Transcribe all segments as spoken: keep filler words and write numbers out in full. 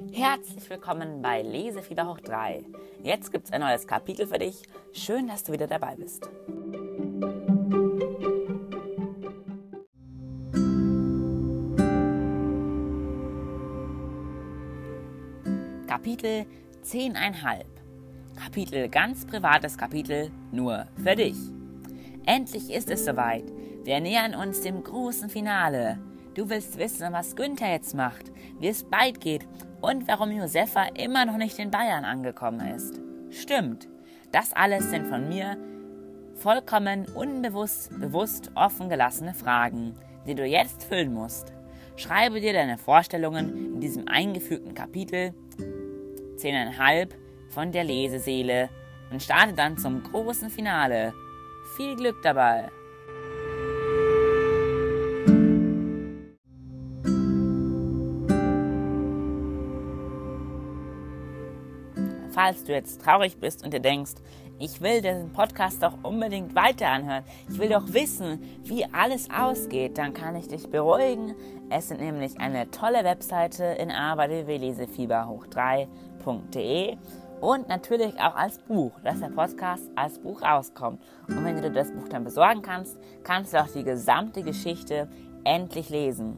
Herzlich willkommen bei Lesefieber hoch drei. Jetzt gibt's ein neues Kapitel für dich. Schön, dass du wieder dabei bist. Kapitel zehn Komma fünf. Kapitel ganz privates Kapitel nur für dich. Endlich ist es soweit. Wir nähern uns dem großen Finale. Du willst wissen, was Günther jetzt macht, wie es bald geht und warum Josefa immer noch nicht in Bayern angekommen ist. Stimmt, das alles sind von mir vollkommen unbewusst, bewusst offen gelassene Fragen, die du jetzt füllen musst. Schreibe dir deine Vorstellungen in diesem eingefügten Kapitel zehn Komma fünf von der Leseseele und starte dann zum großen Finale. Viel Glück dabei! Falls du jetzt traurig bist und dir denkst, ich will diesen Podcast doch unbedingt weiter anhören, ich will doch wissen, wie alles ausgeht, dann kann ich dich beruhigen. Es ist nämlich eine tolle Webseite in Arbeit w w w punkt lesefieber hoch drei punkt de und natürlich auch als Buch, dass der Podcast als Buch rauskommt. Und wenn du dir das Buch dann besorgen kannst, kannst du auch die gesamte Geschichte endlich lesen.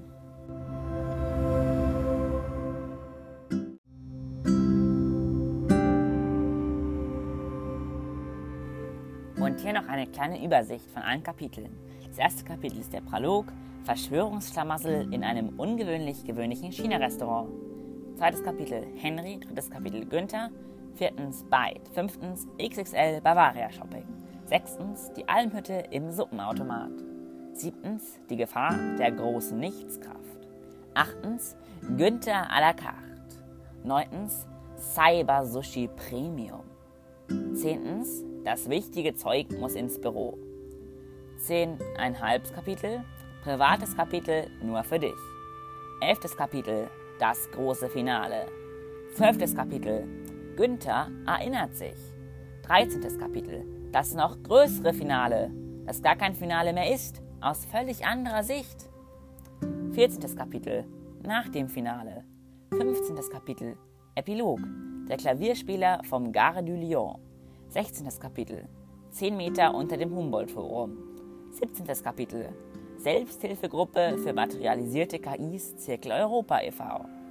Und hier noch eine kleine Übersicht von allen Kapiteln. Das erste Kapitel ist der Prolog, Verschwörungsschlamassel in einem ungewöhnlich gewöhnlichen China-Restaurant. Zweites Kapitel Henry, drittes Kapitel Günther, viertens Byte, fünftens X X L Bavaria Shopping, sechstens die Almhütte im Suppenautomat, siebtens die Gefahr der großen Nichtskraft, achtens Günther à la carte, neuntens Cyber Sushi Premium, zehntens das wichtige Zeug muss ins Büro. zehn Komma fünf Kapitel, privates Kapitel nur für dich. elftes Kapitel, das große Finale. zwölftes Kapitel, Günther erinnert sich. dreizehntes Kapitel, das noch größere Finale, das gar kein Finale mehr ist, aus völlig anderer Sicht. vierzehntes Kapitel, nach dem Finale. fünfzehntes Kapitel, Epilog, der Klavierspieler vom Gare du Lion. sechzehntes Kapitel, zehn Meter unter dem Humboldt-Forum. siebzehntes Kapitel, Selbsthilfegruppe für materialisierte K Is, Zirkel Europa e V